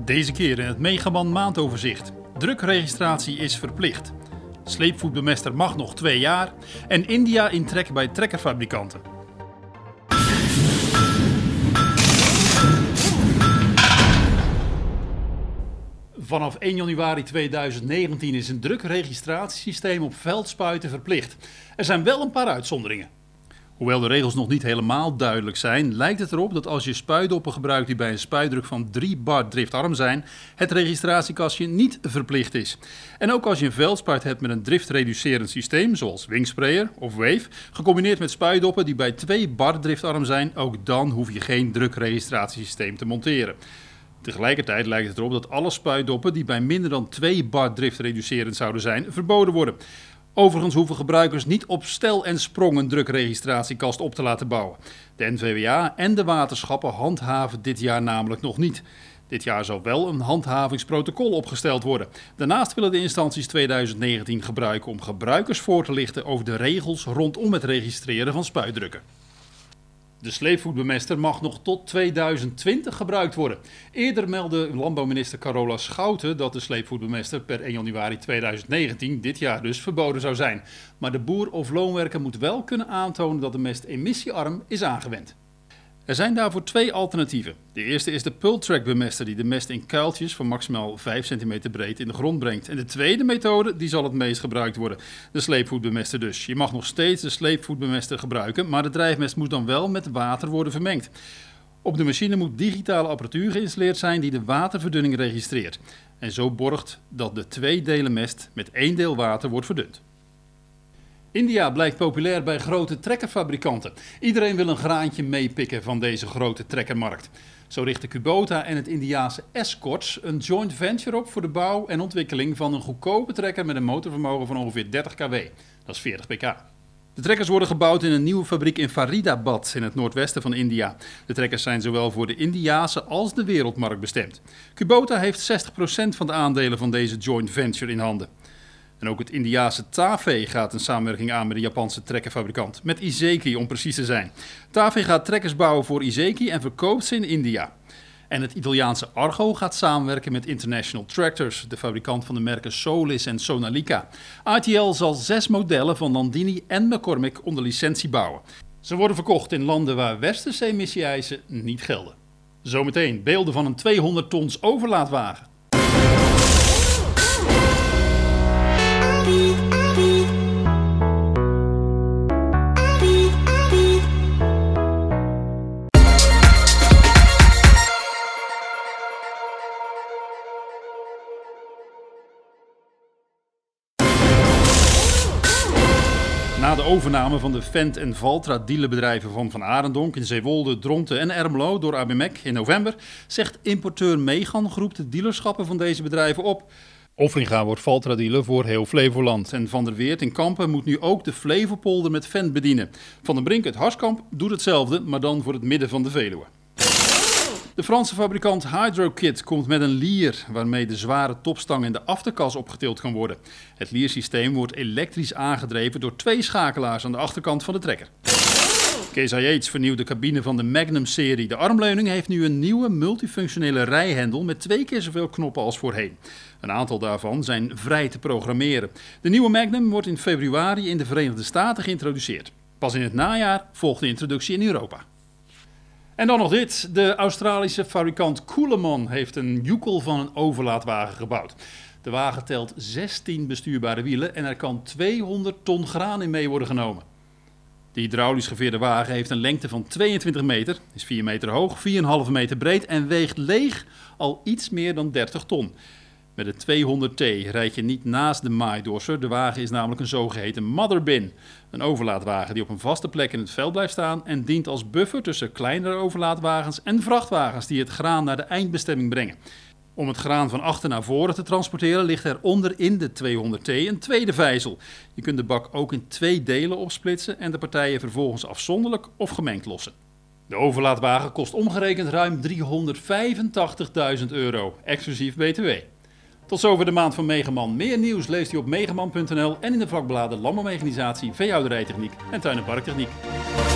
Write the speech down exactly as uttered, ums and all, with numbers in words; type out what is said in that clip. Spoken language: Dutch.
Deze keer in het Megaman maandoverzicht. Drukregistratie is verplicht. Sleepvoetbemester mag nog twee jaar. En India in trek bij trekkerfabrikanten. Vanaf één januari tweeduizend negentien is een drukregistratiesysteem op veldspuiten verplicht. Er zijn wel een paar uitzonderingen. Hoewel de regels nog niet helemaal duidelijk zijn, lijkt het erop dat als je spuitdoppen gebruikt die bij een spuitdruk van drie bar driftarm zijn, het registratiekastje niet verplicht is. En ook als je een veldspuit hebt met een driftreducerend systeem, zoals wingsprayer of wave, gecombineerd met spuitdoppen die bij twee bar driftarm zijn, ook dan hoef je geen drukregistratiesysteem te monteren. Tegelijkertijd lijkt het erop dat alle spuitdoppen die bij minder dan twee bar driftreducerend zouden zijn, verboden worden. Overigens hoeven gebruikers niet op stel en sprong een drukregistratiekast op te laten bouwen. De N V W A en de waterschappen handhaven dit jaar namelijk nog niet. Dit jaar zal wel een handhavingsprotocol opgesteld worden. Daarnaast willen de instanties tweeduizend negentien gebruiken om gebruikers voor te lichten over de regels rondom het registreren van spuitdrukken. De sleepvoetbemester mag nog tot tweeduizend twintig gebruikt worden. Eerder meldde landbouwminister Carola Schouten dat de sleepvoetbemester per één januari tweeduizend negentien, dit jaar dus, verboden zou zijn. Maar de boer of loonwerker moet wel kunnen aantonen dat de mest emissiearm is aangewend. Er zijn daarvoor twee alternatieven. De eerste is de Pultrack-bemester die de mest in kuiltjes van maximaal vijf centimeter breed in de grond brengt. En de tweede methode die zal het meest gebruikt worden. De sleepvoetbemester dus. Je mag nog steeds de sleepvoetbemester gebruiken, maar de drijfmest moet dan wel met water worden vermengd. Op de machine moet digitale apparatuur geïnstalleerd zijn die de waterverdunning registreert. En zo borgt dat de twee delen mest met één deel water wordt verdund. India blijkt populair bij grote trekkerfabrikanten. Iedereen wil een graantje meepikken van deze grote trekkermarkt. Zo richten Kubota en het Indiase Escorts een joint venture op voor de bouw en ontwikkeling van een goedkope trekker met een motorvermogen van ongeveer dertig kilowatt. Dat is veertig pk. De trekkers worden gebouwd in een nieuwe fabriek in Faridabad in het noordwesten van India. De trekkers zijn zowel voor de Indiase als de wereldmarkt bestemd. Kubota heeft zestig procent van de aandelen van deze joint venture in handen. En ook het Indiase Tave gaat een samenwerking aan met de Japanse trekkerfabrikant, met Iseki om precies te zijn. Tave gaat trekkers bouwen voor Iseki en verkoopt ze in India. En het Italiaanse Argo gaat samenwerken met International Tractors, de fabrikant van de merken Solis en Sonalica. I T L zal zes modellen van Landini en McCormick onder licentie bouwen. Ze worden verkocht in landen waar westerse emissie-eisen niet gelden. Zometeen beelden van een tweehonderd tons overlaadwagen. Na de overname van de Fendt en Valtra dealerbedrijven van Van Arendonk in Zeewolde, Dronten en Ermelo door A B M E C in november, zegt importeur Megan Groep de dealerschappen van deze bedrijven op. Offringa wordt Valtra dealer voor heel Flevoland en Van der Weert in Kampen moet nu ook de Flevopolder met Fendt bedienen. Van den Brink uit Harskamp doet hetzelfde, maar dan voor het midden van de Veluwe. De Franse fabrikant Hydrokit komt met een lier waarmee de zware topstang en de achterkas opgetild kan worden. Het liersysteem wordt elektrisch aangedreven door twee schakelaars aan de achterkant van de trekker. Case I H vernieuwt de cabine van de Magnum-serie. De armleuning heeft nu een nieuwe multifunctionele rijhendel met twee keer zoveel knoppen als voorheen. Een aantal daarvan zijn vrij te programmeren. De nieuwe Magnum wordt in februari in de Verenigde Staten geïntroduceerd. Pas in het najaar volgt de introductie in Europa. En dan nog dit. De Australische fabrikant Cooleman heeft een joekel van een overlaadwagen gebouwd. De wagen telt zestien bestuurbare wielen en er kan tweehonderd ton graan in mee worden genomen. De hydraulisch geveerde wagen heeft een lengte van tweeëntwintig meter, is vier meter hoog, vier komma vijf meter breed en weegt leeg al iets meer dan dertig ton. Met de tweehonderd T rijd je niet naast de maaidorser. De wagen is namelijk een zogeheten mother bin. Een overlaadwagen die op een vaste plek in het veld blijft staan en dient als buffer tussen kleinere overlaadwagens en vrachtwagens die het graan naar de eindbestemming brengen. Om het graan van achter naar voren te transporteren ligt er onderin de tweehonderd T een tweede vijzel. Je kunt de bak ook in twee delen opsplitsen en de partijen vervolgens afzonderlijk of gemengd lossen. De overlaadwagen kost omgerekend ruim driehonderdvijfentachtigduizend euro, exclusief B T W. Tot zover de maand van Megaman. Meer nieuws leest u op megaman punt n l en in de vakbladen Landbouwmechanisatie, Veehouderijtechniek en Tuin- en Parktechniek.